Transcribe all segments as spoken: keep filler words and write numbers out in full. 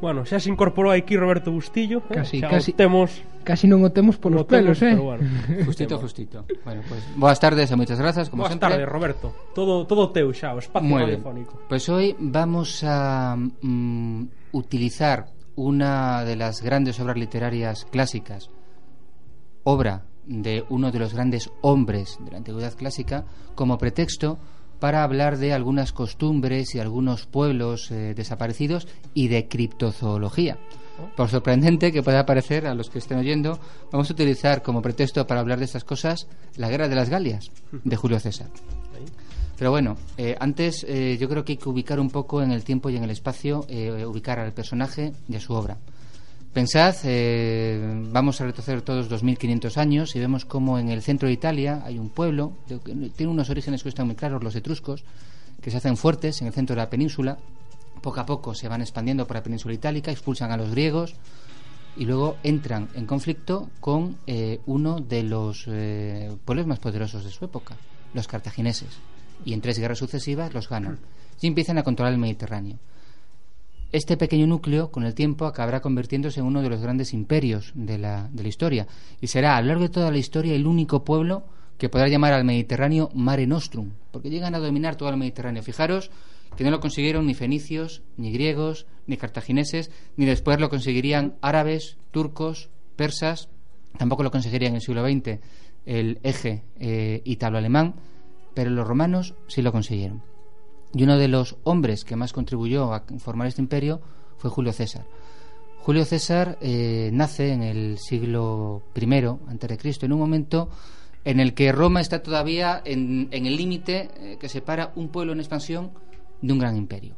Bueno, xa se incorporou aquí Roberto Bustillo, casi, eh? xa casi, temos... casi non o temos polos pelos, eh? Bueno. Justito, justito. Bueno, pues boas tardes e moitas grazas, como boas sempre. Boas tardes, Roberto. Todo, todo teu xa, o espacio Muy radiofónico. Bien. Pues hoy vamos a mm, utilizar una de las grandes obras literarias clásicas, obra de uno de los grandes hombres de la antigüedad clásica, como pretexto para hablar de algunas costumbres y algunos pueblos eh, desaparecidos y de criptozoología. Por sorprendente que pueda parecer a los que estén oyendo, vamos a utilizar como pretexto para hablar de estas cosas la Guerra de las Galias de Julio César. Pero bueno, eh, antes eh, yo creo que hay que ubicar un poco en el tiempo y en el espacio, eh, ubicar al personaje y a su obra. Pensad, eh, vamos a retroceder todos dos mil quinientos años y vemos como en el centro de Italia hay un pueblo que tiene unos orígenes que están muy claros, los etruscos, que se hacen fuertes en el centro de la península. Poco a poco se van expandiendo por la península itálica, expulsan a los griegos y luego entran en conflicto con eh, uno de los eh, pueblos más poderosos de su época, los cartagineses, y en tres guerras sucesivas los ganan y empiezan a controlar el Mediterráneo. Este pequeño núcleo, con el tiempo, acabará convirtiéndose en uno de los grandes imperios de la, de la historia y será a lo largo de toda la historia el único pueblo que podrá llamar al Mediterráneo Mare Nostrum, porque llegan a dominar todo el Mediterráneo. Fijaros que no lo consiguieron ni fenicios, ni griegos, ni cartagineses, ni después lo conseguirían árabes, turcos, persas, tampoco lo conseguirían en el siglo veinte el eje eh, italo-alemán, pero los romanos sí lo consiguieron. Y uno de los hombres que más contribuyó a formar este imperio fue Julio César. Julio César eh, nace en el siglo primero antes de Cristo, en un momento en el que Roma está todavía en, en el límite eh, que separa un pueblo en expansión de un gran imperio.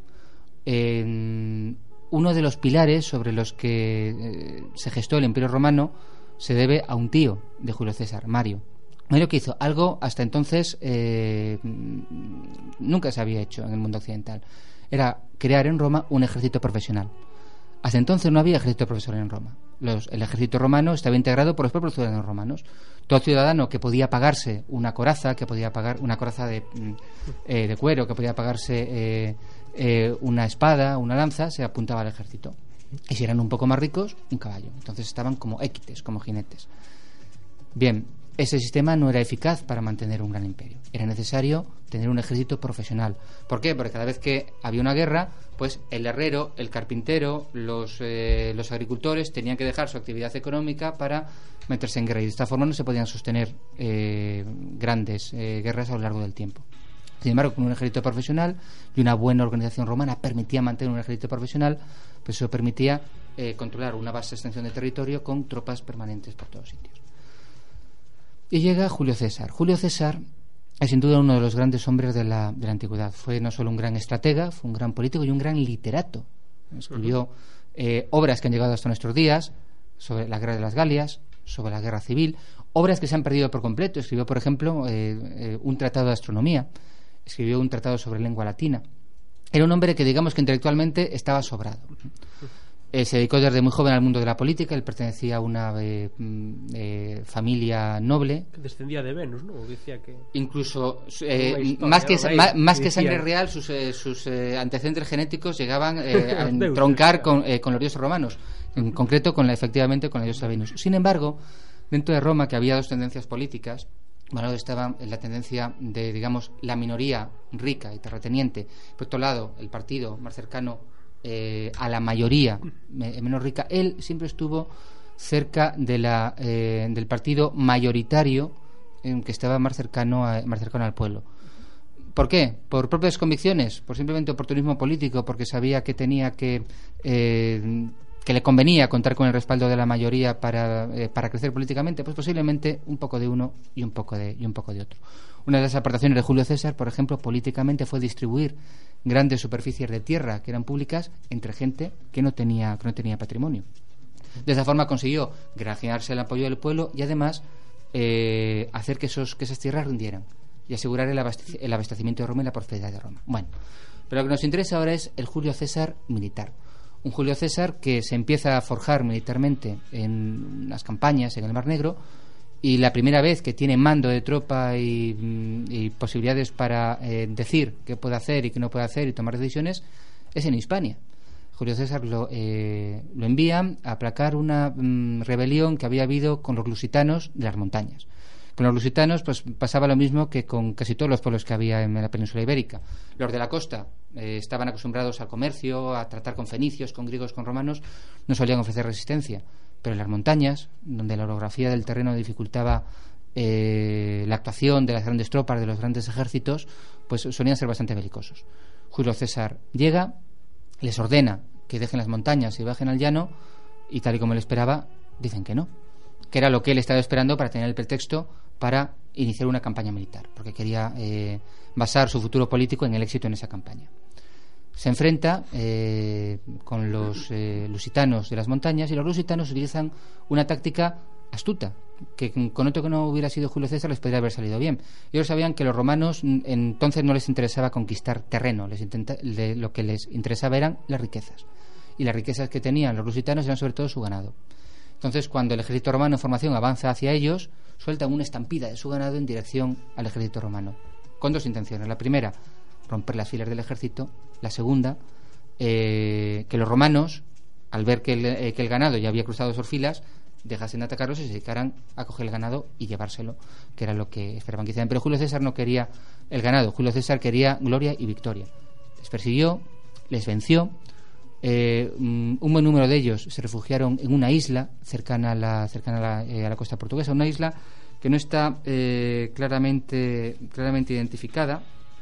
Eh, uno de los pilares sobre los que eh, se gestó el Imperio Romano se debe a un tío de Julio César, Mario. Mario, que hizo algo hasta entonces eh, nunca se había hecho en el mundo occidental. Era crear en Roma un ejército profesional. Hasta entonces no había ejército profesional en Roma. Los, el ejército romano estaba integrado por los propios ciudadanos romanos. Todo ciudadano que podía pagarse una coraza, que podía pagar una coraza de, eh, de cuero, que podía pagarse eh, eh, una espada, una lanza, se apuntaba al ejército. Y si eran un poco más ricos, un caballo. Entonces estaban como équites, como jinetes. Bien, ese sistema no era eficaz para mantener un gran imperio. Era necesario tener un ejército profesional. ¿Por qué? Porque cada vez que había una guerra, pues el herrero, el carpintero, los, eh, los agricultores tenían que dejar su actividad económica para meterse en guerra. Y de esta forma no se podían sostener eh, grandes eh, guerras a lo largo del tiempo. Sin embargo, con un ejército profesional y una buena organización romana permitía mantener un ejército profesional, pues eso permitía eh, controlar una vasta extensión de territorio con tropas permanentes por todos sitios. Y llega Julio César. Julio César es sin duda uno de los grandes hombres de la, de la antigüedad. Fue no solo un gran estratega, fue un gran político y un gran literato. Escribió eh, obras que han llegado hasta nuestros días sobre la guerra de las Galias, sobre la guerra civil, obras que se han perdido por completo. Escribió, por ejemplo, eh, eh, un tratado de astronomía, escribió un tratado sobre lengua latina. Era un hombre que, digamos, que intelectualmente estaba sobrado. Eh, se dedicó desde muy joven al mundo de la política. Él pertenecía a una eh, eh, familia noble que descendía de Venus, ¿no? Decía que incluso eh, historia, más que ahí, más, más que decía... sangre real, sus, eh, sus eh, antecedentes genéticos llegaban eh, a entroncar con, eh, con los dioses romanos, en concreto con la, efectivamente con la diosa Venus. Sin embargo, dentro de Roma, que había dos tendencias políticas, bueno, estaba la tendencia de, digamos, la minoría rica y terrateniente, por otro lado el partido más cercano Eh, a la mayoría eh, menos rica. Él siempre estuvo cerca de la, eh, del partido mayoritario, eh, que estaba más cercano, a, más cercano al pueblo. ¿Por qué? ¿Por propias convicciones? ¿Por simplemente oportunismo político? ¿Porque sabía que tenía que eh, que le convenía contar con el respaldo de la mayoría para, eh, para crecer políticamente? Pues posiblemente un poco de uno y un poco de, y un poco de otro. Una de las aportaciones de Julio César, por ejemplo, políticamente fue distribuir grandes superficies de tierra que eran públicas entre gente que no tenía, que no tenía patrimonio. De esa forma consiguió granjearse el apoyo del pueblo y además eh, hacer que, esos, que esas tierras rindieran y asegurar el, abastec- el abastecimiento de Roma y la prosperidad de Roma. Bueno, pero lo que nos interesa ahora es el Julio César militar. Un Julio César que se empieza a forjar militarmente en unas campañas en el Mar Negro, y la primera vez que tiene mando de tropa y, y posibilidades para eh, decir qué puede hacer y qué no puede hacer y tomar decisiones es en Hispania. Julio César lo, eh, lo envía a aplacar una mm, rebelión que había habido con los lusitanos de las montañas. Con los lusitanos pues pasaba lo mismo que con casi todos los pueblos que había en la península ibérica. Los de la costa eh, estaban acostumbrados al comercio, a tratar con fenicios, con griegos, con romanos, no solían ofrecer resistencia. Pero en las montañas, donde la orografía del terreno dificultaba eh, la actuación de las grandes tropas, de los grandes ejércitos, pues solían ser bastante belicosos. Julio César llega, les ordena que dejen las montañas y bajen al llano, y tal y como él esperaba, dicen que no, que era lo que él estaba esperando para tener el pretexto para iniciar una campaña militar, porque quería eh, basar su futuro político en el éxito en esa campaña. Se enfrenta eh, con los eh, lusitanos de las montañas, y los lusitanos utilizan una táctica astuta, que con otro que no hubiera sido Julio César les podría haber salido bien. Ellos sabían que los romanos entonces no les interesaba conquistar terreno, les intenta, de, lo que les interesaba eran las riquezas, y las riquezas que tenían los lusitanos eran sobre todo su ganado. Entonces, cuando el ejército romano en formación avanza hacia ellos, sueltan una estampida de su ganado en dirección al ejército romano, con dos intenciones. La primera, romper las filas del ejército. La segunda, eh, que los romanos, al ver que el, eh, que el ganado ya había cruzado sus filas, dejasen de atacarlos y se dedicaran a coger el ganado y llevárselo, que era lo que esperaban que hicieran. Pero Julio César no quería el ganado, Julio César quería gloria y victoria. Les persiguió, les venció. Eh, un buen número de ellos se refugiaron en una isla cercana a la, cercana a la, eh, a la costa portuguesa, una isla que no está eh, claramente, claramente identificada,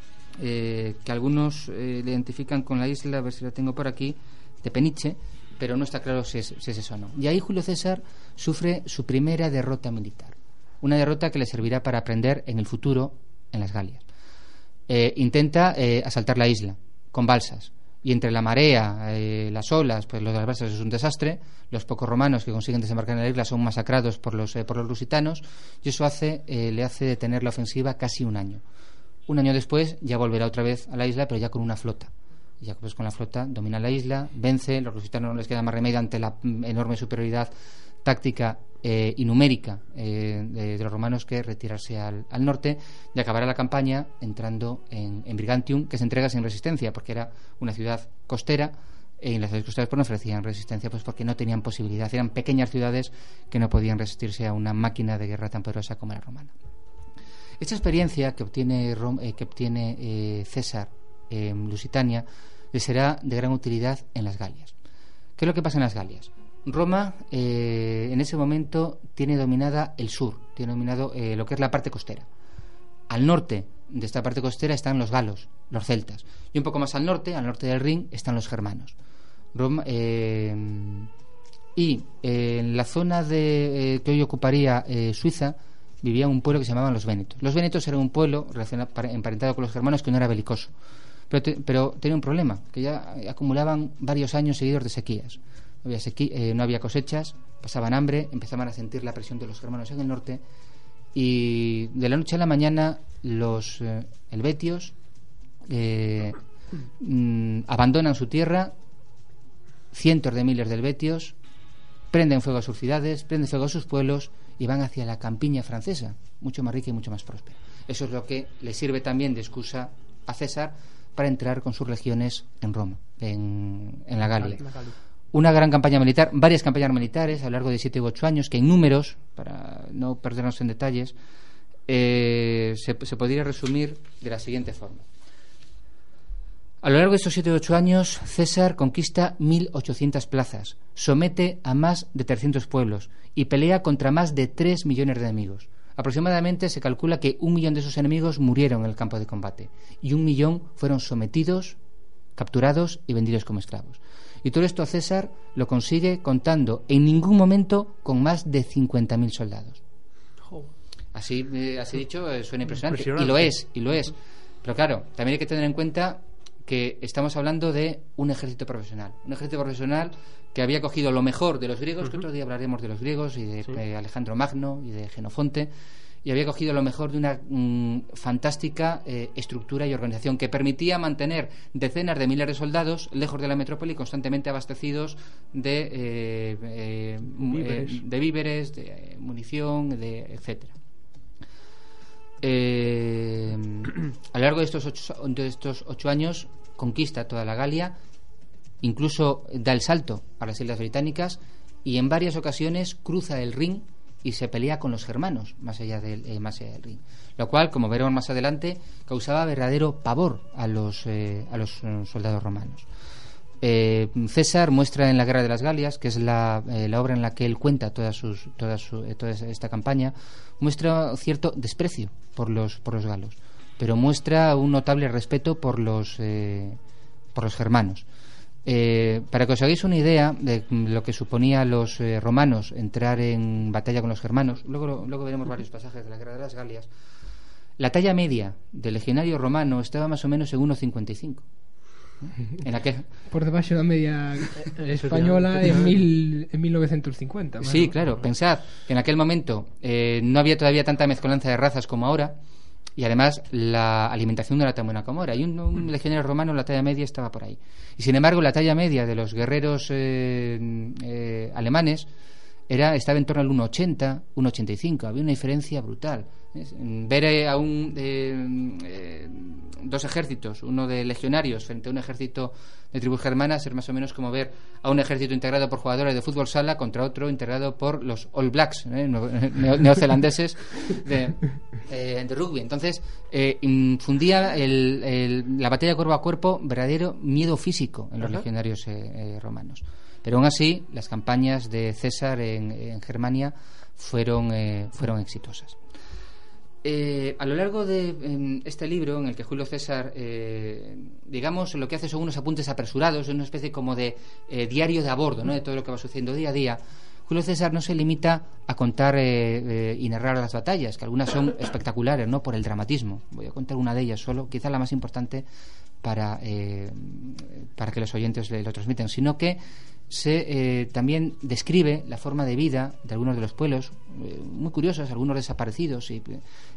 eh, que algunos eh, le identifican con la isla, a ver si la tengo por aquí, de Peniche, pero no está claro si es, si es eso o no. Y ahí Julio César sufre su primera derrota militar, una derrota que le servirá para aprender en el futuro en las Galias. Eh, intenta eh, asaltar la isla con balsas, y entre la marea, eh, las olas, pues lo de las balsas es un desastre. Los pocos romanos que consiguen desembarcar en la isla son masacrados por los, eh, por los lusitanos, y eso hace, eh, le hace detener la ofensiva casi un año. Un año después ya volverá otra vez a la isla, pero ya con una flota. Ya pues con la flota domina la isla, vence, los lusitanos no les queda más remedio ante la enorme superioridad táctica eh, y numérica eh, de, de los romanos que retirarse al, al norte, y acabará la campaña entrando en, en Brigantium, que se entrega sin resistencia, porque era una ciudad costera, y las ciudades costeras pues no ofrecían resistencia, pues porque no tenían posibilidad, eran pequeñas ciudades que no podían resistirse a una máquina de guerra tan poderosa como la romana. Esta experiencia que obtiene, Rom, eh, que obtiene eh, César en Lusitania le será de gran utilidad en las Galias. ¿Qué es lo que pasa en las Galias? Roma eh, en ese momento tiene dominada el sur, tiene dominado eh, lo que es la parte costera. Al norte de esta parte costera están los galos, los celtas, y un poco más al norte, al norte del Rin, están los germanos. Roma, eh, y eh, en la zona de, eh, que hoy ocuparía eh, Suiza, vivía un pueblo que se llamaban los vénetos. Los vénetos eran un pueblo relacionado, emparentado con los germanos, que no era belicoso, pero, te, pero tenía un problema, que ya acumulaban varios años seguidos de sequías. No había, sequi, eh, no había cosechas, pasaban hambre, empezaban a sentir la presión de los germanos en el norte, y de la noche a la mañana los eh, helvetios eh, mm, abandonan su tierra, cientos de miles de helvetios prenden fuego a sus ciudades, prenden fuego a sus pueblos y van hacia la campiña francesa, mucho más rica y mucho más próspera. Eso es lo que le sirve también de excusa a César para entrar con sus legiones en Roma, en, en la Galia. Una gran campaña militar, varias campañas militares a lo largo de siete u ocho años, que en números, para no perdernos en detalles, eh, se, se podría resumir de la siguiente forma. A lo largo de estos siete u ocho años, César conquista mil ochocientas plazas, somete a más de trescientos pueblos y pelea contra más de tres millones de enemigos. Aproximadamente se calcula que un millón de esos enemigos murieron en el campo de combate y un millón fueron sometidos, capturados y vendidos como esclavos. Y todo esto César lo consigue contando en ningún momento con más de cincuenta mil soldados. Así, eh, así dicho, eh, suena impresionante. impresionante. Y lo es, y lo es. Pero claro, también hay que tener en cuenta que estamos hablando de un ejército profesional. Un ejército profesional que había cogido lo mejor de los griegos, uh-huh. que otro día hablaremos de los griegos y de sí. eh, Alejandro Magno y de Genofonte, y había cogido lo mejor de una mm, fantástica eh, estructura y organización que permitía mantener decenas de miles de soldados lejos de la metrópoli, constantemente abastecidos de, eh, eh, víveres. Eh, de víveres, de eh, munición, de etcétera. Eh, a lo largo de estos, ocho, de estos ocho años conquista toda la Galia incluso da el salto a las Islas Británicas y en varias ocasiones cruza el Rin y se pelea con los germanos más allá del, eh, más allá del Rin, lo cual, como veremos más adelante, causaba verdadero pavor a los, eh, a los eh, soldados romanos. Eh, César muestra en la Guerra de las Galias, que es la, eh, la obra en la que él cuenta toda, sus, toda, su, eh, toda esta campaña, muestra cierto desprecio por los, por los galos, pero muestra un notable respeto por los, eh, por los germanos. Eh, para que os hagáis una idea de lo que suponía a los eh, romanos entrar en batalla con los germanos, luego, luego veremos varios pasajes de la Guerra de las Galias, la talla media del legionario romano estaba más o menos en uno cincuenta y cinco. En aquel... Por debaixo da media española en, mil, en mil novecientos cincuenta. Sí, claro, pensad que en aquel momento eh, no había todavía tanta mezcolanza de razas como ahora, y además la alimentación no era tan buena como ahora, y un, un legionario romano, la talla media estaba por ahí, y sin embargo la talla media de los guerreros eh, eh, alemanes era, estaba en torno al uno ochenta, uno ochenta y cinco. Había una diferencia brutal. ¿Ves? Ver eh, a un eh, eh, dos ejércitos, uno de legionarios frente a un ejército de tribus germanas, es más o menos como ver a un ejército integrado por jugadores de fútbol sala contra otro integrado por los All Blacks, ¿eh? Neo, neozelandeses de, eh, de rugby. Entonces eh, infundía el, el, la batalla cuerpo a cuerpo verdadero miedo físico en los Ajá. legionarios eh, eh, romanos. Pero aún así, las campañas de César en, en Germania fueron, eh, fueron exitosas. Eh, a lo largo de eh, este libro, en el que Julio César, eh, digamos, lo que hace son unos apuntes apresurados, una especie como de eh, diario de a bordo, ¿no?, de todo lo que va sucediendo día a día. Julio César no se limita a contar eh, eh, y narrar las batallas, que algunas son espectaculares, ¿no?, por el dramatismo. Voy a contar una de ellas solo, quizá la más importante para, eh, para que los oyentes lo transmitan, sino que se eh, también describe la forma de vida de algunos de los pueblos, eh, muy curiosos, algunos desaparecidos y,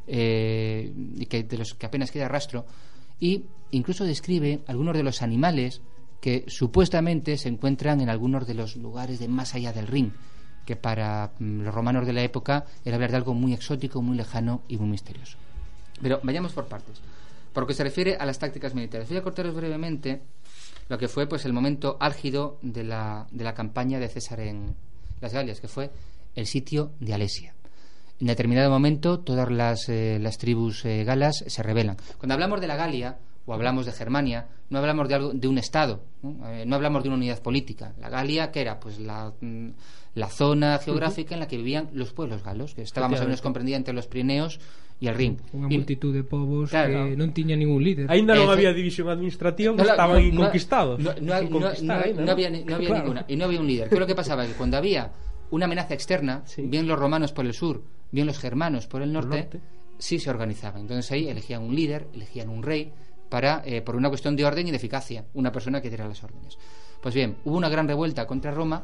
eh, y que de los que apenas queda rastro, y incluso describe algunos de los animales que supuestamente se encuentran en algunos de los lugares de más allá del Rin, que para mm, los romanos de la época era hablar de algo muy exótico, muy lejano y muy misterioso. Pero vayamos por partes. Por lo que se refiere a las tácticas militares, voy a cortaros brevemente lo que fue pues el momento álgido de la, de la campaña de César en las Galias, que fue el sitio de Alesia. En determinado momento todas las, eh, las tribus eh, galas se rebelan. Cuando hablamos de la Galia o hablamos de Germania, no hablamos de algo, de un estado, ¿no? Eh, no hablamos de una unidad política. La Galia, ¿qué era? Pues la, la zona geográfica en la que vivían los pueblos galos, que estaba más o menos comprendida entre los Pirineos y el Rin. Unha y, multitud de povos claro, que non tiña ningún líder. Ainda non Efe... había división administrativa, no, estaban no, inconquistados. No, no, no, no, no, no había, no había claro. ninguna. Y no había un líder. ¿Qué es lo que pasaba? Que cuando había una amenaza externa, sí. bien los romanos por el sur, bien los germanos por el norte, el norte. sí se organizaban. Entonces ahí elegían un líder, elegían un rey, para eh, por una cuestión de orden y de eficacia, una persona que diera las órdenes. Pues bien, hubo una gran revuelta contra Roma,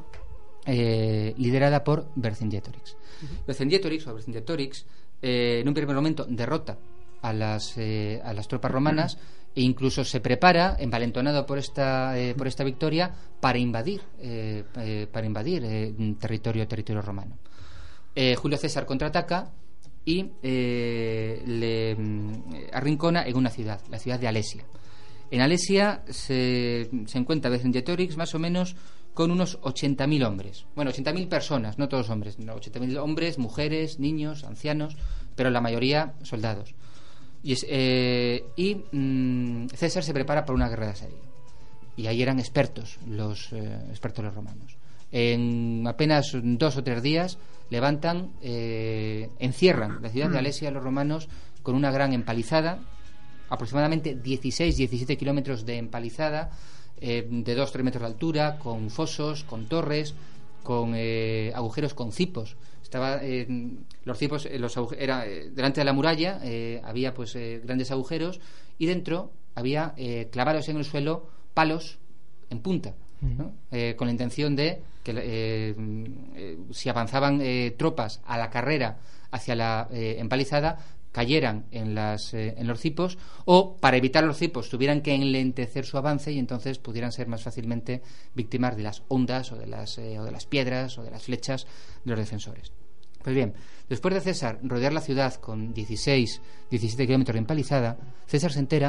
eh, liderada por Vercingetorix. Uh-huh. Vercingetorix o Vercingetorix eh, en un primer momento derrota a las, eh, a las tropas romanas e incluso se prepara, envalentonado por esta, eh, por esta victoria, para invadir, eh, eh, para invadir eh, territorio, territorio romano. Eh, Julio César contraataca y eh, le mm, arrincona en una ciudad, la ciudad de Alesia. En Alesia se, se encuentra Vercingetorix más o menos con unos ochenta mil hombres. Bueno, ochenta mil personas, no todos hombres, no, ochenta mil hombres, mujeres, niños, ancianos, pero la mayoría soldados. Y, es, eh, y mmm, César se prepara para una guerra de asedio. Y ahí eran expertos los, eh, expertos los romanos. En apenas dos o tres días levantan, eh, encierran la ciudad de Alesia los romanos con una gran empalizada, aproximadamente dieciséis diecisiete kilómetros de empalizada, eh, de dos a tres metros de altura, con fosos, con torres, con eh, agujeros con cipos. Estaba eh, los cipos, eh, los agujeros, era eh, delante de la muralla, eh, había pues eh, grandes agujeros y dentro había eh, clavados en el suelo palos en punta, ¿no? Eh, con la intención de que eh, eh, si avanzaban eh, tropas a la carrera hacia la eh, empalizada, cayeran en, las, eh, en los cipos, o para evitar los cipos tuvieran que enlentecer su avance y entonces pudieran ser más fácilmente víctimas de las ondas o de las, eh, o de las piedras o de las flechas de los defensores. Pues bien, después de César rodear la ciudad con dieciséis diecisiete kilómetros de empalizada, César se entera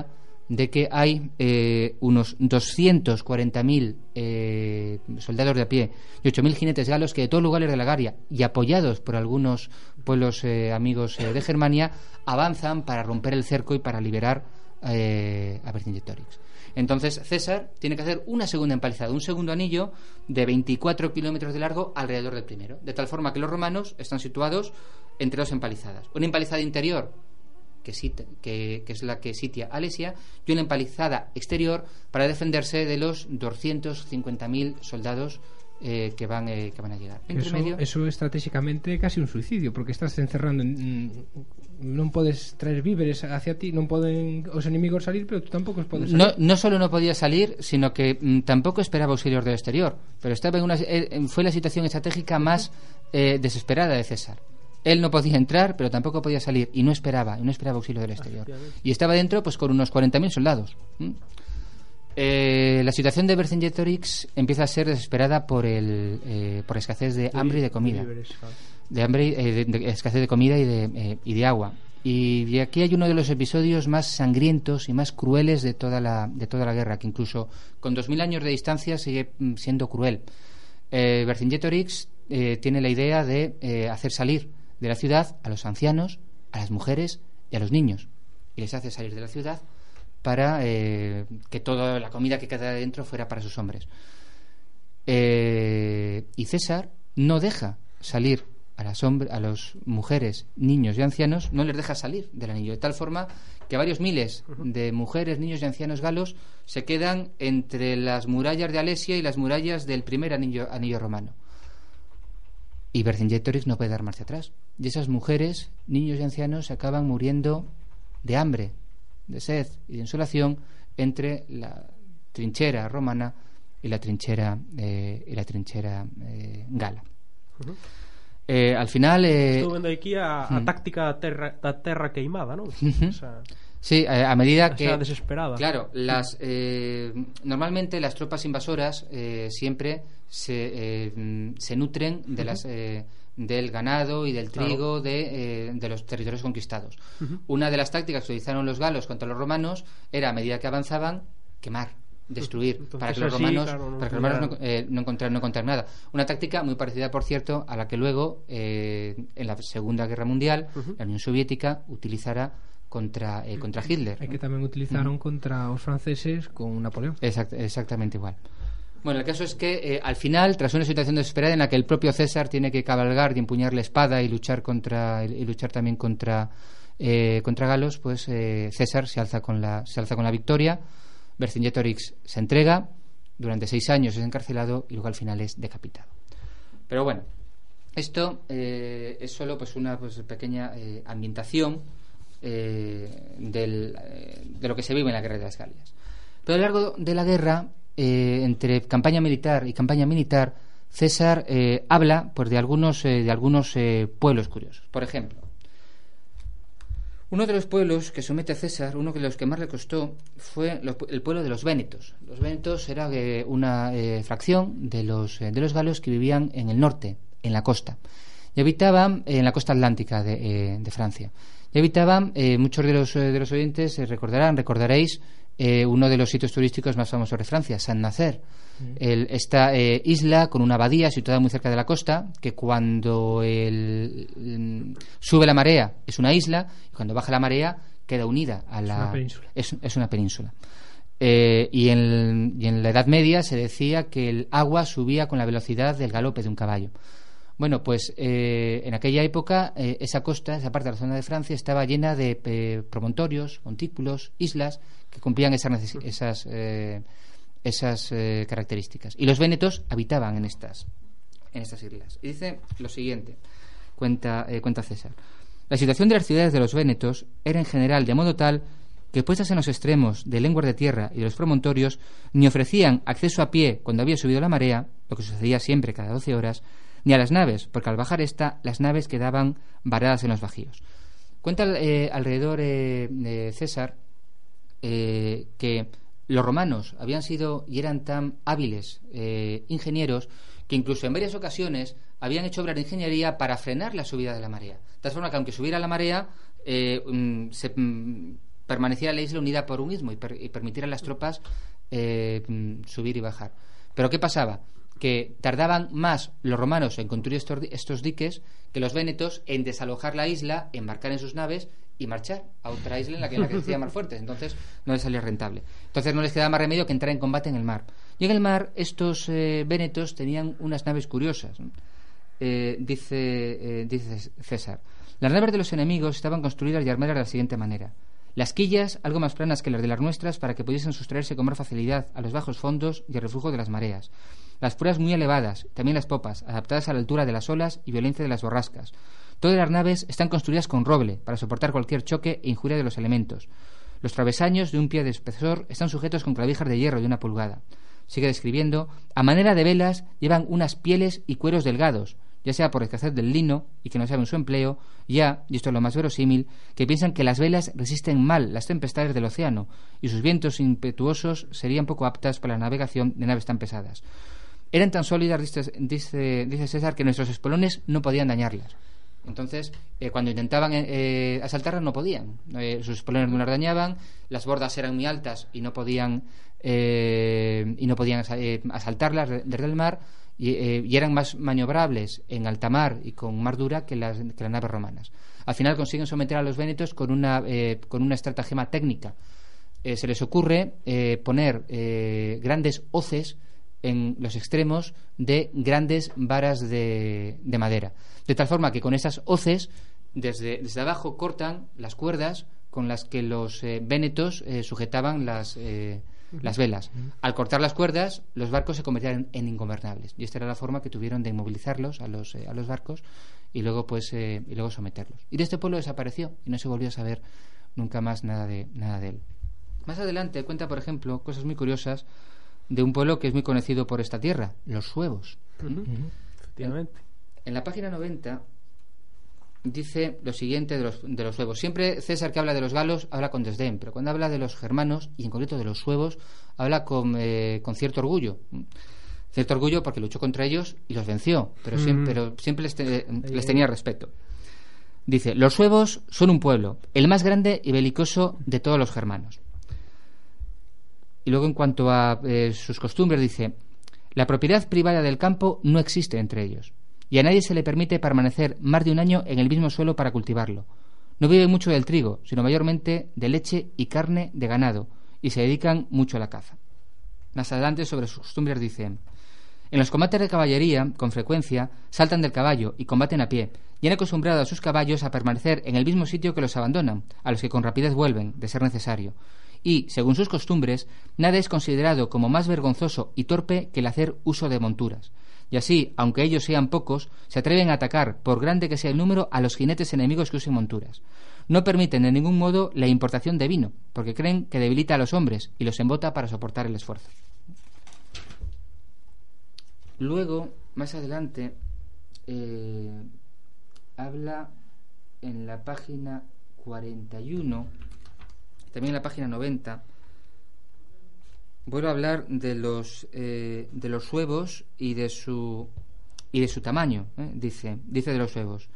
de que hay eh, unos doscientos cuarenta mil eh, soldados de a pie y ocho mil jinetes galos que de todos lugares de la Galia y apoyados por algunos pueblos eh, amigos eh, de Germania avanzan para romper el cerco y para liberar eh, a Vercingetorix. Entonces César tiene que hacer una segunda empalizada, un segundo anillo de veinticuatro kilómetros de largo alrededor del primero, de tal forma que los romanos están situados entre dos empalizadas, una empalizada interior Que, sita, que, que es la que sitia Alesia, y una empalizada exterior para defenderse de los doscientos cincuenta mil soldados eh, que, van, eh, que van a llegar. Entre Eso, medio, eso estratégicamente casi un suicidio, porque estás encerrando en, non podes traer víveres hacia ti, non poden os enemigos salir, pero tú tampouco os podes salir. No, no solo no podía salir, sino que mm, tampoco esperaba auxilios del exterior, pero estaba en una, eh, fue la situación estratégica más eh, desesperada de César. Él no podía entrar, pero tampoco podía salir, y no esperaba, y no esperaba auxilio del exterior. Y estaba dentro, pues, con unos cuarenta mil soldados. ¿Mm? Eh, la situación de Vercingetorix empieza a ser desesperada por el eh, por escasez de hambre y de comida, de hambre, eh, de, de escasez de comida y de eh, y de agua. Y, y aquí hay uno de los episodios más sangrientos y más crueles de toda la de toda la guerra, que incluso con dos mil años de distancia sigue mm, siendo cruel. Eh, Vercingetorix eh, tiene la idea de eh, hacer salir de la ciudad a los ancianos, a las mujeres y a los niños, y les hace salir de la ciudad para eh, que toda la comida que queda dentro fuera para sus hombres. Eh, y César no deja salir a las hombres, a las mujeres, niños y ancianos, no les deja salir del anillo, de tal forma que varios miles de mujeres, niños y ancianos galos se quedan entre las murallas de Alesia y las murallas del primer anillo, anillo romano. Y Vercingetorix no puede dar marcha atrás. Y esas mujeres, niños y ancianos acaban muriendo de hambre, de sed y de insolación entre la trinchera romana y la trinchera eh, y la trinchera eh, gala. Uh-huh. Eh, al final eh, estou vendo aquí a, a táctica da terra, da terra queimada, ¿no? Uh-huh. O sea, sí, a, a medida que desesperada. Claro, las eh, normalmente las tropas invasoras eh, siempre se eh, se nutren de uh-huh. las eh, del ganado y del trigo, claro, de, eh, de los territorios conquistados. Uh-huh. Una de las tácticas que utilizaron los galos contra los romanos era, a medida que avanzaban, quemar, destruir, entonces, para que los romanos, así, claro, no, para que los romanos no, eh, no encontraran no encontrar nada. Una táctica muy parecida, por cierto, a la que luego eh, en la Segunda Guerra Mundial uh-huh. la Unión Soviética utilizará contra eh, contra Hitler. E que tamén utilizaron uh-huh. contra os franceses con Napoleón. Exact, exactamente igual. Bueno, el caso es que eh, al final, tras una situación desesperada en la que el propio César tiene que cabalgar y empuñar la espada y luchar contra y luchar también contra eh, contra galos, pues eh, César se alza con la se alza con la victoria. Vercingetorix se entrega, durante seis años es encarcelado y luego al final es decapitado. Pero bueno, esto eh, es solo pues una pues, pequeña eh, ambientación eh, del, eh, de lo que se vive en la guerra de las Galias. Pero a lo largo de la guerra, eh, entre campaña militar y campaña militar, César eh, habla pues, de algunos, eh, de algunos eh, pueblos curiosos. Por ejemplo, uno de los pueblos que somete a César, uno de los que más le costó, fue el pueblo de los vénetos. Los vénetos era eh, una eh, fracción de los, eh, de los galos que vivían en el norte, en la costa, y habitaban eh, en la costa atlántica de, eh, de Francia. Y habitaban, eh, muchos de los, eh, de los oyentes eh, recordarán, recordaréis, eh, uno de los sitios turísticos más famosos de Francia, Saint-Nazaire. El, esta eh, isla con una abadía situada muy cerca de la costa, que cuando el, el, sube la marea es una isla y cuando baja la marea queda unida a la... Es una península. Es, es una península. Eh, y, en, y en la Edad Media se decía que el agua subía con la velocidad del galope de un caballo. Bueno, pues eh, en aquella época eh, esa costa, esa parte de la zona de Francia estaba llena de eh, promontorios, montículos, islas que cumplían esas, neces- esas eh, esas eh, características, y los vénetos habitaban en estas en estas islas. Y dice lo siguiente, cuenta, eh, cuenta César: la situación de las ciudades de los vénetos era en general de modo tal que, puestas en los extremos de lenguas de tierra y de los promontorios, ni ofrecían acceso a pie cuando había subido la marea, lo que sucedía siempre cada doce horas, ni a las naves, porque al bajar esta, las naves quedaban varadas en los bajíos. Cuenta eh, alrededor eh, de César eh, que los romanos habían sido y eran tan hábiles eh, ingenieros que incluso en varias ocasiones habían hecho obras de ingeniería para frenar la subida de la marea, de tal forma que aunque subiera la marea eh, um, se, um, permaneciera la isla unida por un istmo y, per, y permitiera a las tropas eh, subir y bajar. Pero ¿qué pasaba? Que tardaban más los romanos en construir estos, estos diques que los vénetos en desalojar la isla, embarcar en sus naves y marchar a otra isla en la que, en la que decían más fuertes. Entonces no les salía rentable. Entonces no les quedaba más remedio que entrar en combate en el mar. Y en el mar estos eh, vénetos tenían unas naves curiosas. Eh, dice, eh, dice César: las naves de los enemigos estaban construidas y armadas de la siguiente manera: las quillas algo más planas que las de las nuestras para que pudiesen sustraerse con más facilidad a los bajos fondos y el reflujo de las mareas; las proas muy elevadas, también las popas, adaptadas a la altura de las olas y violencia de las borrascas. Todas las naves están construidas con roble para soportar cualquier choque e injuria de los elementos. Los travesaños de un pie de espesor están sujetos con clavijas de hierro de una pulgada. Sigue describiendo: a manera de velas llevan unas pieles y cueros delgados, ya sea por escasez del lino y que no saben su empleo, ya, y esto es lo más verosímil, que piensan que las velas resisten mal las tempestades del océano y sus vientos impetuosos serían poco aptas para la navegación de naves tan pesadas. Eran tan sólidas, dice, dice, dice César, que nuestros espolones no podían dañarlas. Entonces, eh, cuando intentaban eh, asaltarlas no podían. Eh, sus espolones no las dañaban, las bordas eran muy altas y no podían eh, y no podían eh, asaltarlas desde el mar. Y, eh, y eran más maniobrables en alta mar y con mar dura que las, que las naves romanas. Al final consiguen someter a los vénetos con una, eh, con una estratagema técnica. Eh, se les ocurre eh, poner eh, grandes hoces en los extremos de grandes varas de, de madera, de tal forma que con esas hoces desde, desde abajo cortan las cuerdas con las que los eh, vénetos eh, sujetaban las eh, las velas. Al cortar las cuerdas, los barcos se convertían en ingobernables, y esta era la forma que tuvieron de inmovilizarlos a los eh, a los barcos y luego pues eh, y luego someterlos. Y de este pueblo desapareció y no se volvió a saber nunca más nada de nada de él. Más adelante cuenta, por ejemplo, cosas muy curiosas de un pueblo que es muy conocido por esta tierra, los suevos. Uh-huh. Uh-huh. Efectivamente. En, en la página noventa dice lo siguiente de los, de los suevos. Siempre César, que habla de los galos, habla con desdén, pero cuando habla de los germanos, y en concreto de los suevos, habla con, eh, con cierto orgullo. Cierto orgullo porque luchó contra ellos y los venció, pero, mm. siempre, pero siempre les, te, les tenía respeto. Dice: los suevos son un pueblo, el más grande y belicoso de todos los germanos. Y luego, en cuanto a eh, sus costumbres, dice: la propiedad privada del campo no existe entre ellos, y a nadie se le permite permanecer más de un año en el mismo suelo para cultivarlo. No viven mucho del trigo, sino mayormente de leche y carne de ganado, y se dedican mucho a la caza. Más adelante, sobre sus costumbres, dicen: en los combates de caballería, con frecuencia, saltan del caballo y combaten a pie, y han acostumbrado a sus caballos a permanecer en el mismo sitio que los abandonan, a los que con rapidez vuelven, de ser necesario. Y, según sus costumbres, nada es considerado como más vergonzoso y torpe que el hacer uso de monturas. Y así, aunque ellos sean pocos, se atreven a atacar, por grande que sea el número, a los jinetes enemigos que usen monturas. No permiten de ningún modo la importación de vino, porque creen que debilita a los hombres y los embota para soportar el esfuerzo. Luego, más adelante, eh, habla en la página cuarenta y uno, también en la página noventa, vuelvo a hablar de los eh, de los suevos y de su y de su tamaño. ¿eh? Dice dice de los suevos: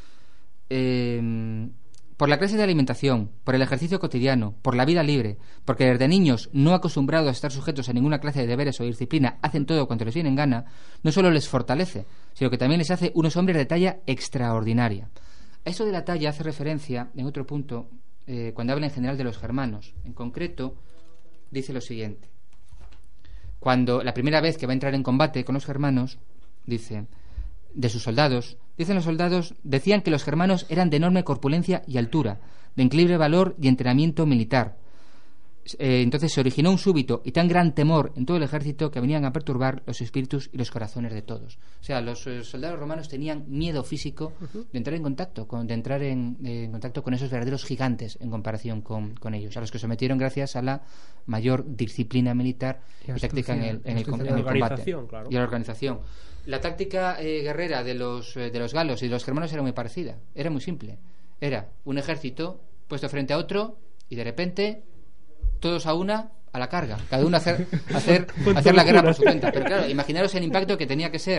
eh, por la clase de alimentación, por el ejercicio cotidiano, por la vida libre, porque desde niños, no acostumbrados a estar sujetos a ninguna clase de deberes o disciplina, hacen todo cuanto les viene en gana, no solo les fortalece, sino que también les hace unos hombres de talla extraordinaria. A eso de la talla hace referencia en otro punto, eh, cuando habla en general de los germanos. En concreto, dice lo siguiente: cuando la primera vez que va a entrar en combate con los germanos, dice, de sus soldados, dicen los soldados, decían que los germanos eran de enorme corpulencia y altura, de increíble valor y entrenamiento militar. Eh, entonces se originó un súbito y tan gran temor en todo el ejército que venían a perturbar los espíritus y los corazones de todos. O sea, los eh, soldados romanos tenían miedo físico uh-huh. de entrar en contacto, con, de entrar en, eh, en contacto con esos verdaderos gigantes en comparación con, con ellos, a los que sometieron gracias a la mayor disciplina militar y, y táctica en el, en el, en el combate claro. y a la organización. La táctica eh, guerrera de los, eh, de los galos y de los germanos era muy parecida, era muy simple. Era un ejército puesto frente a otro y de repente todos a una, a la carga, cada uno hacer hacer, hacer la guerra por su cuenta. Pero claro, imaginaros el impacto que tenía que ser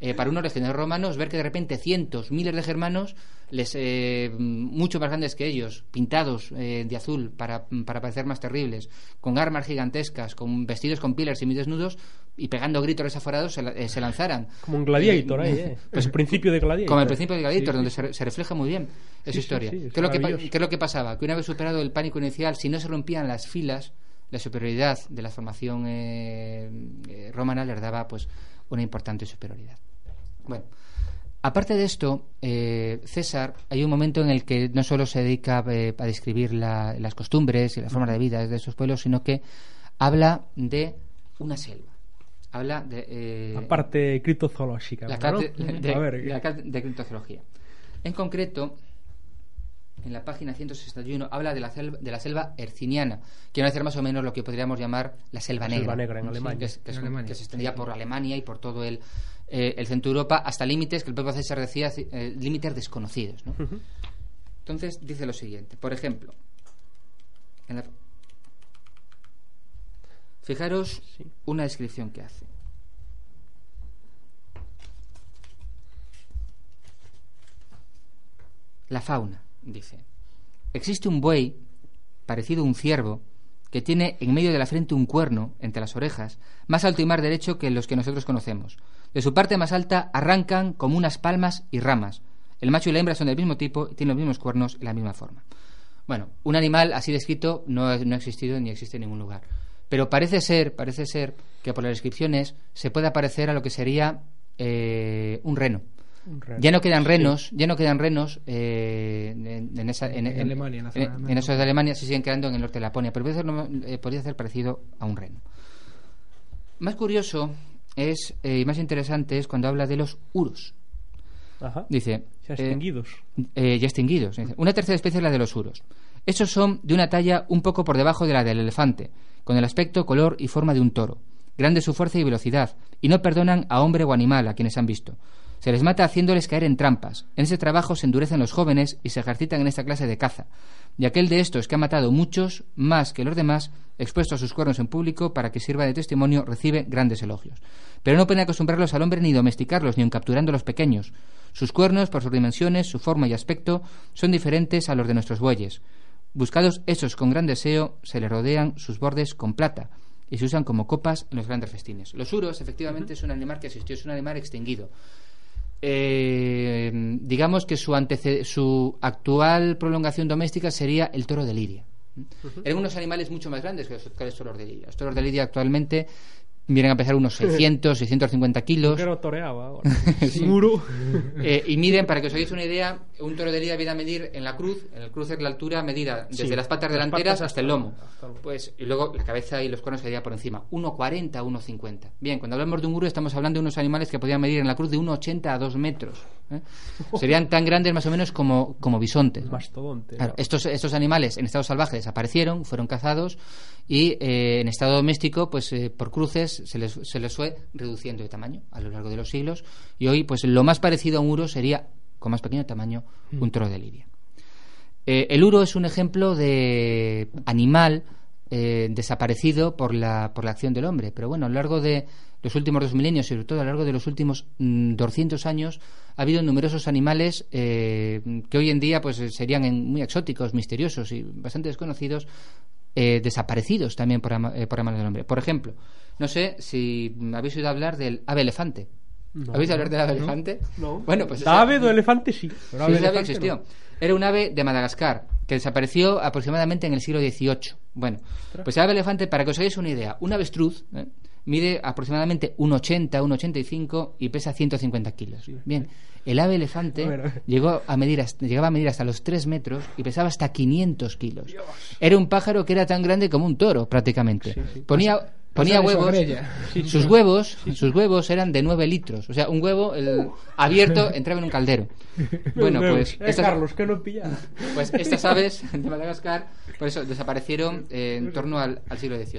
eh, para unos legionarios romanos ver que de repente cientos, miles de germanos, les eh, mucho más grandes que ellos, pintados eh, de azul para, para parecer más terribles, con armas gigantescas, con vestidos con pieles semidesnudos y pegando gritos desaforados se, eh, se lanzaran. Como un Gladiator, eh, ahí, ¿eh? Pues el principio de Gladiator. Como el principio de Gladiator, sí, donde sí. Se, se refleja muy bien esa sí, historia. Sí, sí, es ¿Qué, es lo que, maravilloso. ¿Qué es lo que pasaba? Que una vez superado el pánico inicial, si no se rompían las filas, la superioridad de la formación eh, eh, romana les daba pues una importante superioridad. Bueno, aparte de esto, eh, César, hay un momento en el que no solo se dedica eh, a describir la, las costumbres y las formas de vida de esos pueblos, sino que habla de una selva. Habla de... Eh, la parte criptozoológica. La ¿no? parte de, a ver, de, la de criptozoología. En concreto, en la página ciento sesenta y uno habla de la selva, de la selva herciniana, que viene a ser más o menos lo que podríamos llamar la selva la negra. Selva negra en Alemania. Que, es, que, es en un, Alemania. que se extendía por Alemania y por todo el, eh, el centro de Europa, hasta límites que el propio César decía, eh, límites desconocidos, ¿no? Uh-huh. Entonces dice lo siguiente, por ejemplo, en la... fijaros Sí. una descripción que hace. La fauna, dice. Existe un buey, parecido a un ciervo, que tiene en medio de la frente un cuerno, entre las orejas, más alto y más derecho que los que nosotros conocemos. De su parte más alta arrancan como unas palmas y ramas. El macho y la hembra son del mismo tipo y tienen los mismos cuernos y la misma forma. Bueno, un animal así descrito no, no ha existido ni existe en ningún lugar. Pero parece ser, parece ser que por las descripciones se puede parecer a lo que sería eh, un reno. Ya no quedan renos, sí. ya no quedan renos eh, en, en esa en, en, en Alemania, en, la zona en, en eso de Alemania se siguen quedando en el norte de Laponia, pero podría ser, eh, podría ser parecido a un reno. Más curioso es eh, y más interesante es cuando habla de los uros. Ajá. Dice ya extinguidos. Eh, eh, ya extinguidos. Dice, una tercera especie es la de los uros. Estos son de una talla un poco por debajo de la del elefante, con el aspecto, color y forma de un toro. Grande su fuerza y velocidad, y no perdonan a hombre o animal a quienes han visto. Se les mata haciéndoles caer en trampas. En ese trabajo se endurecen los jóvenes y se ejercitan en esta clase de caza. Y aquel de estos que ha matado muchos, más que los demás, expuesto a sus cuernos en público para que sirva de testimonio, recibe grandes elogios. Pero no pueden acostumbrarlos al hombre ni domesticarlos, ni aun capturando los pequeños. Sus cuernos, por sus dimensiones, su forma y aspecto, son diferentes a los de nuestros bueyes. Buscados esos con gran deseo, se le rodean sus bordes con plata y se usan como copas en los grandes festines. Los uros, efectivamente, uh-huh. es un animal que existió, es un animal extinguido. Eh, digamos que su, antece- su actual prolongación doméstica sería el toro de Lidia. Uh-huh. Eran unos animales mucho más grandes que los actuales toros de Lidia. Los toros de Lidia actualmente vienen a pesar unos seiscientos, seiscientos cincuenta kilos. Pero toreaba ahora. Sí. Muro. Eh, y miden, para que os hagáis una idea, un toro de Lidia viene a medir en la cruz, en el cruz es la altura medida desde sí, las patas delanteras las patas hasta el lomo. Hasta el... Pues, y luego la cabeza y los cuernos quedaría por encima. uno cuarenta, uno cincuenta. Bien, cuando hablamos de un uru estamos hablando de unos animales que podían medir en la cruz de uno ochenta a dos metros. ¿eh? Serían tan grandes más o menos como, como bisontes. ¿no? Mastodonte. Claro, estos, estos animales en estado salvaje desaparecieron, fueron cazados y eh, en estado doméstico, pues eh, por cruces se les, se les fue reduciendo de tamaño a lo largo de los siglos y hoy pues lo más parecido a un uro sería, con más pequeño tamaño, un toro de Lidia. Eh, el uro es un ejemplo de animal eh, desaparecido por la, por la acción del hombre, pero bueno, a lo largo de los últimos dos milenios y sobre todo a lo largo de los últimos mmm, doscientos años ha habido numerosos animales eh, que hoy en día pues serían en, muy exóticos, misteriosos y bastante desconocidos, eh, desaparecidos también por, ama, eh, por la mano del hombre. Por ejemplo, no sé si habéis oído hablar del ave elefante. No, ¿Habéis oído hablar no, del ave no, elefante? No. Bueno, pues esa ave do elefante sí. Pero sí, esa ave existió. No. Era un ave de Madagascar que desapareció aproximadamente en el siglo dieciocho. Bueno, pues el ave elefante, para que os hagáis una idea, un avestruz ¿eh? mide aproximadamente uno ochenta, uno ochenta y cinco y pesa ciento cincuenta kilos. Sí. Bien, el ave elefante bueno. llegó a medir hasta, llegaba a medir hasta los tres metros y pesaba hasta quinientos kilos. Dios. Era un pájaro que era tan grande como un toro prácticamente. Sí, sí. Ponía... Ponía huevos, sí, sus huevos, sí. sus huevos eran de nueve litros, o sea, un huevo el, abierto entraba en un caldero. Bueno, pues eh, estas, Carlos, que no pillaba. Pues estas aves de Madagascar, por eso desaparecieron eh, en torno al, al siglo dieciocho.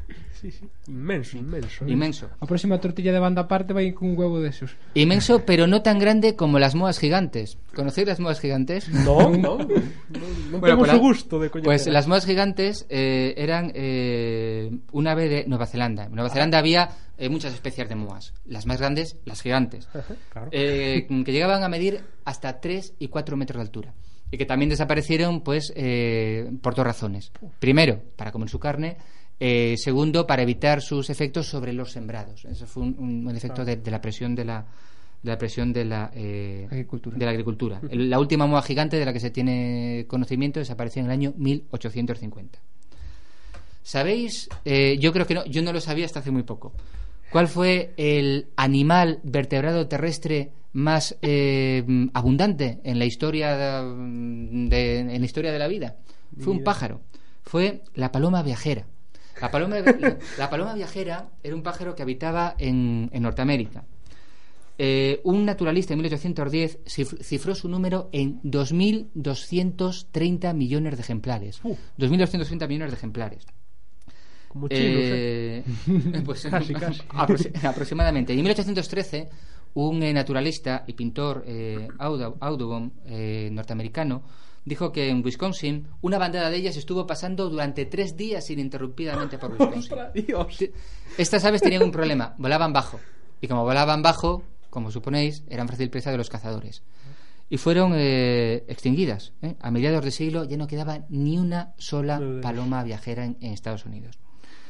Sí, sí. Inmenso, inmenso. Inmenso. A próxima tortilla de banda aparte vai con un huevo de esos. Inmenso, pero no tan grande como las moas gigantes. ¿Conocéis las moas gigantes? No, no. No, no Bueno, tengo pues su la- gusto de coñecer. Pues las moas gigantes eh, eran eh, un ave de Nueva Zelanda. En Nueva Zelanda había eh, muchas especies de moas. Las más grandes, las gigantes. Ajá, claro. eh, que llegaban a medir hasta tres y cuatro metros de altura. Y que también desaparecieron pues eh, por dos razones. Primero, para comer su carne. Eh, segundo, para evitar sus efectos sobre los sembrados. Eso fue un, un, un efecto de, de la presión de la, de la presión de la eh, Agricultura. de la agricultura. El- la última moa gigante de la que se tiene conocimiento desapareció en el año mil ochocientos cincuenta. ¿Sabéis? Eh, yo creo que no, yo no lo sabía hasta hace muy poco. ¿Cuál fue el animal vertebrado terrestre más eh, abundante en la historia de, de- en la historia de la vida? Fue un pájaro. Fue la paloma viajera. La paloma, la paloma viajera era un pájaro que habitaba en, en Norteamérica. Eh, un naturalista en mil ochocientos diez cif- cifró su número en dos mil doscientos treinta millones de ejemplares. Uh. dos mil doscientos treinta millones de ejemplares. Como chinos, ¿eh? Eh, pues, Casi, casi. aproxi- aproximadamente. Y en mil ochocientos trece, un eh, naturalista y pintor eh, Audubon, Audubon, eh, norteamericano, dijo que en Wisconsin una bandada de ellas estuvo pasando durante tres días ininterrumpidamente por Wisconsin. ¡Ostras, Dios! Estas aves tenían un problema, volaban bajo. Y como volaban bajo, como suponéis, eran fácil presa de los cazadores. Y fueron eh, extinguidas. ¿eh? A mediados de siglo ya no quedaba ni una sola paloma viajera en, en Estados Unidos.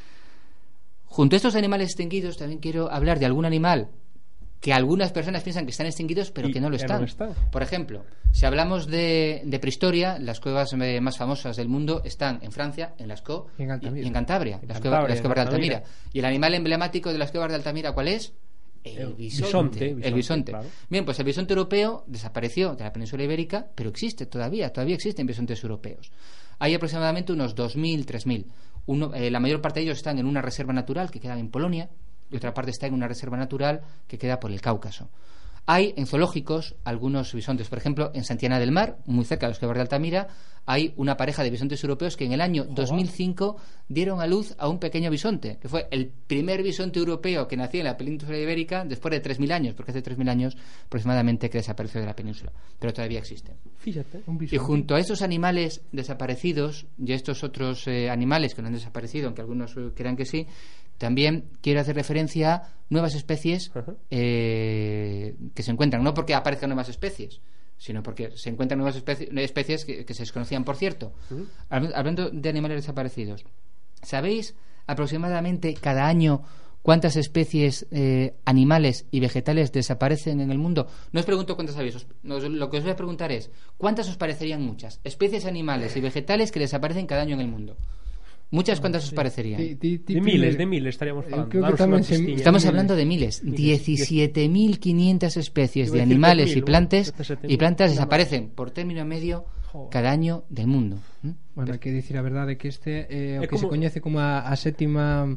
Junto a estos animales extinguidos también quiero hablar de algún animal que algunas personas piensan que están extinguidos, pero Y que no lo que están. no están. Por ejemplo, si hablamos de, de prehistoria, las cuevas eh, más famosas del mundo están en Francia, en Lascaux Y en y, Altamira. y en Cantabria, En las, Cantabria, cuevas, las en cuevas de Altamira. Altamira. ¿Y el animal emblemático de las cuevas de Altamira cuál es? El El bisonte. bisonte, El bisonte, bisonte. claro. Bien, pues el bisonte europeo desapareció de la península ibérica, pero existe todavía, todavía existen bisontes europeos. Hay aproximadamente unos dos mil, tres mil. Uno, eh, la mayor parte de ellos están en una reserva natural que queda en Polonia, y otra parte está en una reserva natural que queda por el Cáucaso. Hay en zoológicos algunos bisontes. Por ejemplo, en Santiana del Mar, muy cerca de los cuevas de Altamira, hay una pareja de bisontes europeos que en el año dos mil cinco dieron a luz a un pequeño bisonte, que fue el primer bisonte europeo que nació en la península ibérica después de tres mil años, porque hace tres mil años aproximadamente que desapareció de la península, pero todavía existen. Fíjate. Un Y bisonte. junto a estos animales desaparecidos y a estos otros eh, animales que no han desaparecido, aunque algunos eh, crean que sí, también quiero hacer referencia a nuevas especies Ajá. eh, que se encuentran, no porque aparezcan nuevas especies, sino porque se encuentran nuevas especie- especies que, que se desconocían. Por cierto, Ujú. hab- hablando de animales desaparecidos, ¿sabéis aproximadamente cada año cuántas especies eh, animales y vegetales desaparecen en el mundo? No os pregunto cuántas sabéis, os- no, lo que os voy a preguntar es ¿cuántas os parecerían muchas especies animales y vegetales que desaparecen cada año en el mundo? Muchas, ¿cuántas os parecerían? Ti- ti- ti De primer- miles, de miles estaríamos Eu falando. creo que Daros tamén unha se- pistiña. Estamos miles. hablando de miles, Miles. diecisiete mil quinientas especies Iba de a decir animales diez y mil, plantas bueno, diecisiete mil, y plantas nada más. desaparecen por término medio Joder. cada año del mundo. ¿Mm? Bueno, hai que dicir a verdade que este é o É que se como- coñece como a, a sétima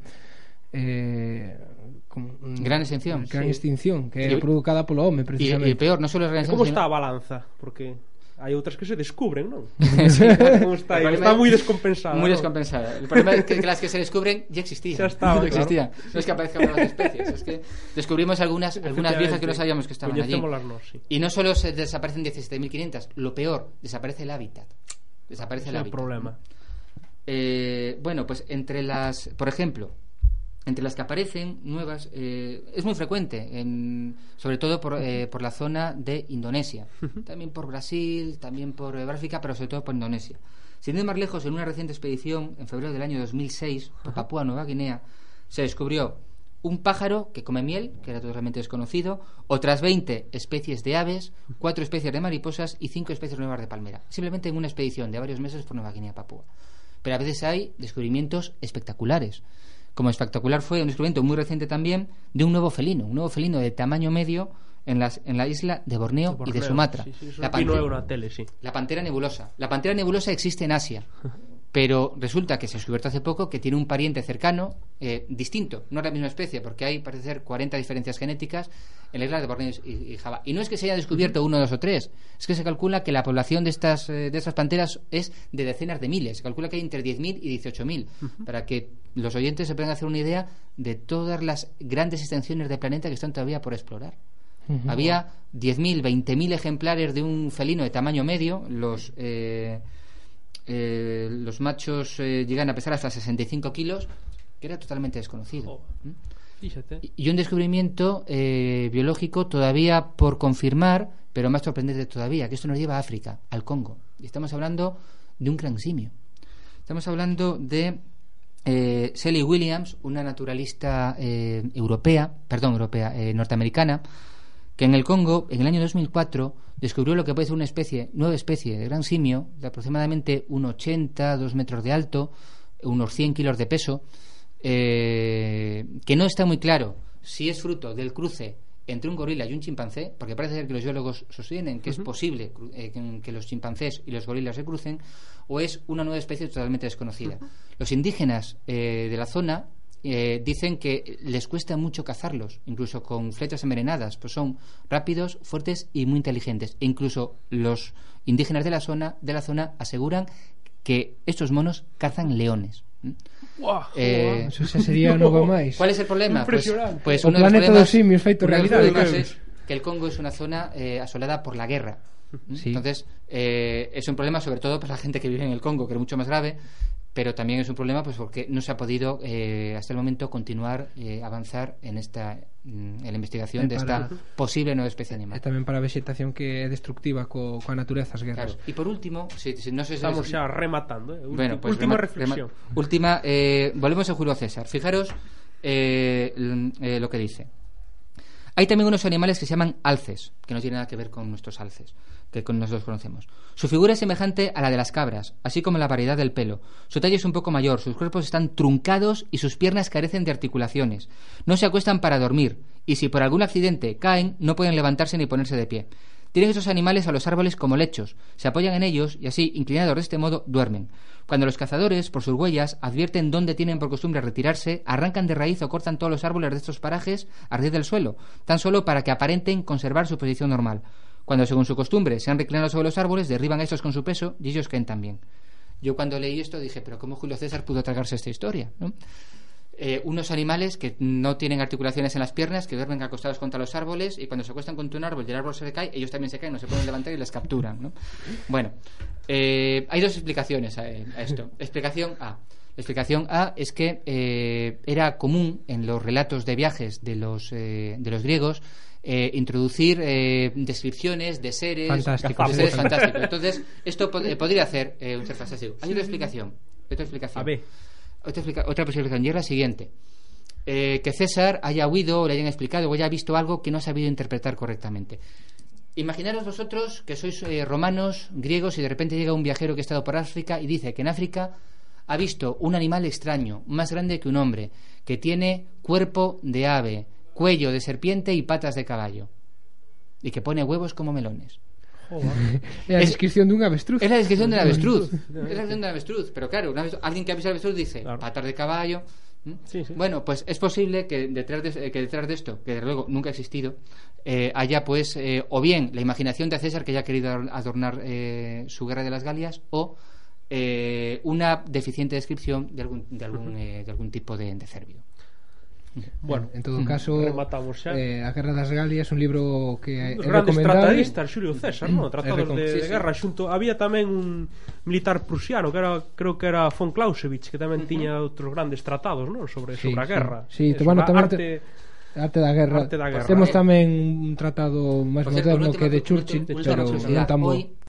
eh, como, mm, Gran extinción. gran Sí. extinción que Y- é provocada polo home Y, precisamente. y peor, no solo es E organización, como sino- está a balanza? Porque hai outras que se descubren, non? Sí. Como está aí? El problema Está es- moi descompensada. Muy ¿no? descompensada. El problema es que, que las que se descubren ya existían. Ya estaban, Ya existían. claro. No es que aparezcan nuevas especies, es que descubrimos algunas, algunas viejas que no sabíamos que estaban allí. Coñecémolas nós, sí. Y no solo se desaparecen diecisiete mil quinientas, lo peor, desaparece el hábitat. Desaparece Ese el é o hábitat. problema. Eh, bueno, pues entre las, por ejemplo, entre las que aparecen nuevas, eh, es muy frecuente, en, sobre todo por, eh, por la zona de Indonesia, también por Brasil, también por eh, África, pero sobre todo por Indonesia. Sin ir más lejos, en una reciente expedición, en febrero del año dos mil seis, por Papúa Nueva Guinea, se descubrió un pájaro que come miel, que era totalmente desconocido, otras veinte especies de aves, cuatro especies de mariposas y cinco especies nuevas de palmera. Simplemente en una expedición de varios meses por Nueva Guinea, Papúa. Pero a veces hay descubrimientos espectaculares. Como espectacular fue un descubrimiento muy reciente también de un nuevo felino, un nuevo felino de tamaño medio en, las, en la isla de Borneo, Borneo, y de Sumatra. Sí, sí, eso la, aquí no pante- é unha tele, sí. la pantera nebulosa. La pantera nebulosa existe en Asia. pero resulta que se descubierto hace poco que tiene un pariente cercano, eh, distinto, no es la misma especie, porque hay, parece ser, cuarenta diferencias genéticas en las islas de Borneo y, y Java. Y no es que se haya descubierto uno, dos o tres, es que se calcula que la población de estas, eh, de estas panteras es de decenas de miles. Se calcula que hay entre diez mil y dieciocho mil, uh-huh. para que los oyentes se puedan hacer una idea de todas las grandes extensiones del planeta que están todavía por explorar. Uh-huh. Había diez mil, veinte mil ejemplares de un felino de tamaño medio, los... Eh, Eh, los machos eh, llegan a pesar hasta sesenta y cinco kilos, que era totalmente desconocido. Oh, fíjate. Y un descubrimiento eh, biológico todavía por confirmar, pero más sorprendente todavía, que esto nos lleva a África, al Congo. Y estamos hablando de un gran simio. Estamos hablando de eh, Shelley Williams, una naturalista eh, europea, perdón, europea, eh, norteamericana, que en el Congo, en el año dos mil cuatro, descubrió lo que puede ser una especie, nueva especie de gran simio, de aproximadamente uno ochenta, dos metros de alto, unos cien kilos de peso, eh, que no está muy claro si es fruto del cruce entre un gorila y un chimpancé, porque parece ser que los biólogos sostienen que uh-huh. es posible eh, que, que los chimpancés y los gorilas se crucen, o es una nueva especie totalmente desconocida. Uh-huh. Los indígenas eh, de la zona Eh, dicen que les cuesta mucho cazarlos, incluso con flechas envenenadas, pues son rápidos, fuertes y muy inteligentes. E incluso los indígenas de la zona de la zona aseguran que estos monos cazan leones. Wow, eh, eso sería no va máis. ¿Cuál es el problema? Pues, pues o uno planeta de los dos simios feito realidade. Es que el Congo es una zona eh, asolada por la guerra. Sí. Entonces eh, es un problema sobre todo para la gente que vive en el Congo, que es mucho más grave, pero también es un problema pues porque no se ha podido eh, hasta el momento continuar eh, avanzar en esta en la investigación de esta posible nueva especie animal. E tamén para a vegetación que é destructiva co, coa natureza as guerras. Claro. E por último, si, si no sé si estamos es... xa rematando, eh? Ulti, bueno, pues última rema, reflexión. Rema, última, eh, volvemos a Julio César. Fijaros eh, eh, lo que dice. Hay también unos animales que se llaman alces, que no tienen nada que ver con nuestros alces, que con nosotros conocemos. Su figura es semejante a la de las cabras, así como la variedad del pelo. Su talla es un poco mayor, sus cuerpos están truncados y sus piernas carecen de articulaciones. No se acuestan para dormir, y si por algún accidente caen, no pueden levantarse ni ponerse de pie. Tienen estos animales a los árboles como lechos, se apoyan en ellos y así, inclinados de este modo, duermen. Cuando los cazadores, por sus huellas, advierten dónde tienen por costumbre retirarse, arrancan de raíz o cortan todos los árboles de estos parajes a raíz del suelo, tan solo para que aparenten conservar su posición normal. Cuando, según su costumbre, se han reclinado sobre los árboles, derriban a estos con su peso y ellos caen también. Yo cuando leí esto dije, pero ¿cómo Julio César pudo tragarse esta historia? ¿No? Eh, unos animales que no tienen articulaciones en las piernas, que duermen acostados contra los árboles y cuando se acuestan contra un árbol y el árbol se cae, ellos también se caen, no se pueden levantar y les capturan, ¿no? Bueno, eh, hay dos explicaciones a, a esto. Explicación A. Explicación A es que eh, era común en los relatos de viajes de los, eh, de los griegos eh, introducir eh, descripciones de seres, fantástico, de seres fantásticos. Entonces, esto pod- eh, podría hacer eh, un ser fantástico. Hay otra explicación. Otra explicación. A ver. Otra, explica- otra posibilidad y es la siguiente. Eh, que César haya oído o le hayan explicado o haya visto algo que no ha sabido interpretar correctamente. Imaginaros vosotros que sois eh, romanos, griegos, y de repente llega un viajero que ha estado por África y dice que en África ha visto un animal extraño, más grande que un hombre, que tiene cuerpo de ave, cuello de serpiente y patas de caballo, y que pone huevos como melones. É a descripción dun avestruz. Es la descripción del avestruz. Es la descripción del avestruz. Pero claro, una avestruz, alguien que ha visto el avestruz dice claro. patas de caballo. Sí, sí. Bueno, pues es posible que detrás de, que detrás de esto, que desde luego nunca ha existido, eh, haya pues eh, o bien la imaginación de César que haya querido adornar eh, su guerra de las Galias, o eh, una deficiente descripción de algún, de algún, eh, de algún tipo de, de cerbio. Bueno, en todo caso, eh, A Guerra das Galias, un libro que é grandes recomendable. tratadistas, Xulio César, ¿no? Tratados de, sí, de sí. guerra xunto. Había tamén un militar prusiano que era, creo que era von Clausewitz, que tamén uh-huh. tiña outros grandes tratados, ¿no? Sobre, sí, sobre a guerra. Sí, sí, eh, bueno, tamén arte, arte da guerra. Arte da guerra. Temos eh. tamén un tratado máis moderno que de Churchill, último, pero última non tan bo. Hoy